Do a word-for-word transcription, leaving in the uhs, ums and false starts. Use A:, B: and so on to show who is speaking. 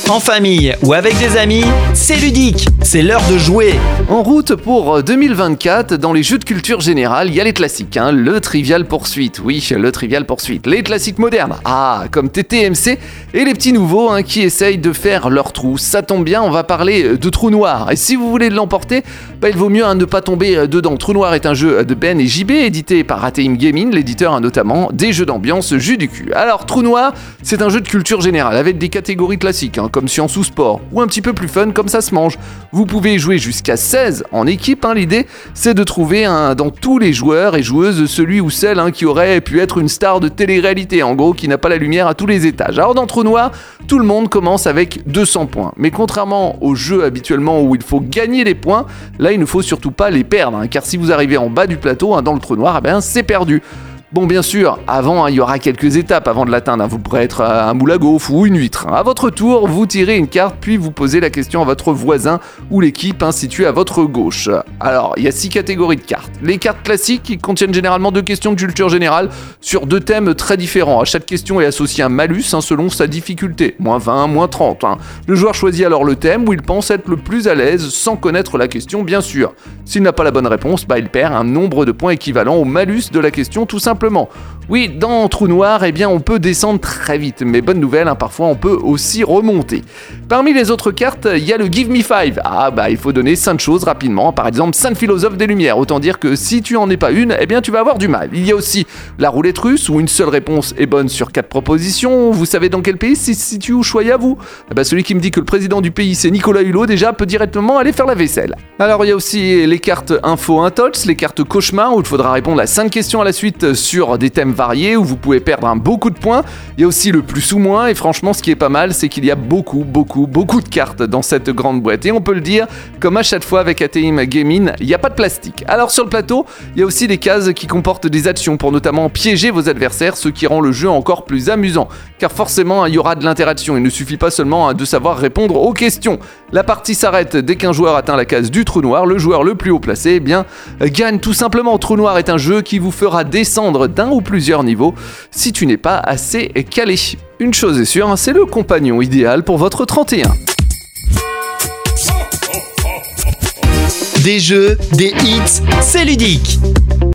A: En famille ou avec des amis, c'est ludique, c'est l'heure de jouer.
B: En route pour deux mille vingt-quatre, dans les jeux de culture générale, il y a les classiques, hein, le Trivial Pursuit, oui, le Trivial Pursuit, les classiques modernes, ah, comme T T M C, et les petits nouveaux hein, qui essayent de faire leur trou. Ça tombe bien, on va parler de Trou Noir, et si vous voulez l'emporter, bah, il vaut mieux hein, ne pas tomber dedans. Trou Noir est un jeu de Ben et J B, édité par A T M Gaming, l'éditeur a notamment des jeux d'ambiance jus du cul. Alors, Trou Noir, c'est un jeu de culture générale, avec des catégories classiques, hein, comme science ou sport, ou un petit peu plus fun comme ça se mange. Vous pouvez jouer jusqu'à seize en équipe, hein. L'idée c'est de trouver hein, dans tous les joueurs et joueuses celui ou celle hein, qui aurait pu être une star de télé-réalité, en gros qui n'a pas la lumière à tous les étages. Alors dans Trou Noir, tout le monde commence avec deux cents points, mais contrairement aux jeux habituellement où il faut gagner des points, là il ne faut surtout pas les perdre, hein, car si vous arrivez en bas du plateau hein, dans le Trou Noir, eh ben, c'est perdu. Bon, bien sûr, avant, hein, il y aura quelques étapes avant de l'atteindre. Hein. Vous pourrez être un moule à gaufres ou une huître. À votre tour, vous tirez une carte, puis vous posez la question à votre voisin ou l'équipe hein, située à votre gauche. Alors, il y a six catégories de cartes. Les cartes classiques qui contiennent généralement deux questions de culture générale sur deux thèmes très différents. À chaque question est associé un malus hein, selon sa difficulté. moins vingt, moins trente. Hein. Le joueur choisit alors le thème où il pense être le plus à l'aise sans connaître la question, bien sûr. S'il n'a pas la bonne réponse, bah, il perd un nombre de points équivalent au malus de la question, tout simplement. Oui, dans Trou Noir, eh bien, on peut descendre très vite, mais bonne nouvelle, hein, parfois on peut aussi remonter. Parmi les autres cartes, il y a le Give Me Five. Ah bah, il faut donner cinq choses rapidement, par exemple cinq philosophes des Lumières. Autant dire que si tu en es pas une, eh bien tu vas avoir du mal. Il y a aussi la roulette russe, où une seule réponse est bonne sur quatre propositions. Vous savez dans quel pays se situe Ushuaïa, vous ? Eh bah, celui qui me dit que le président du pays c'est Nicolas Hulot, déjà peut directement aller faire la vaisselle. Alors il y a aussi les cartes Info Intox, les cartes Cauchemar, où il faudra répondre à cinq questions à la suite sur des thèmes variés où vous pouvez perdre un beaucoup de points. Il y a aussi le plus ou moins, et franchement ce qui est pas mal c'est qu'il y a beaucoup beaucoup beaucoup de cartes dans cette grande boîte, et on peut le dire comme à chaque fois avec A T M Gaming, il n'y a pas de plastique. Alors sur le plateau il y a aussi des cases qui comportent des actions pour notamment piéger vos adversaires, ce qui rend le jeu encore plus amusant, car forcément il y aura de l'interaction, il ne suffit pas seulement de savoir répondre aux questions. La partie s'arrête dès qu'un joueur atteint la case du Trou Noir. Le joueur le plus haut placé eh bien, gagne tout simplement. Trou Noir est un jeu qui vous fera descendre d'un ou plusieurs niveaux si tu n'es pas assez calé. Une chose est sûre, c'est le compagnon idéal pour votre trente et un.
A: Des jeux, des hits, c'est ludique.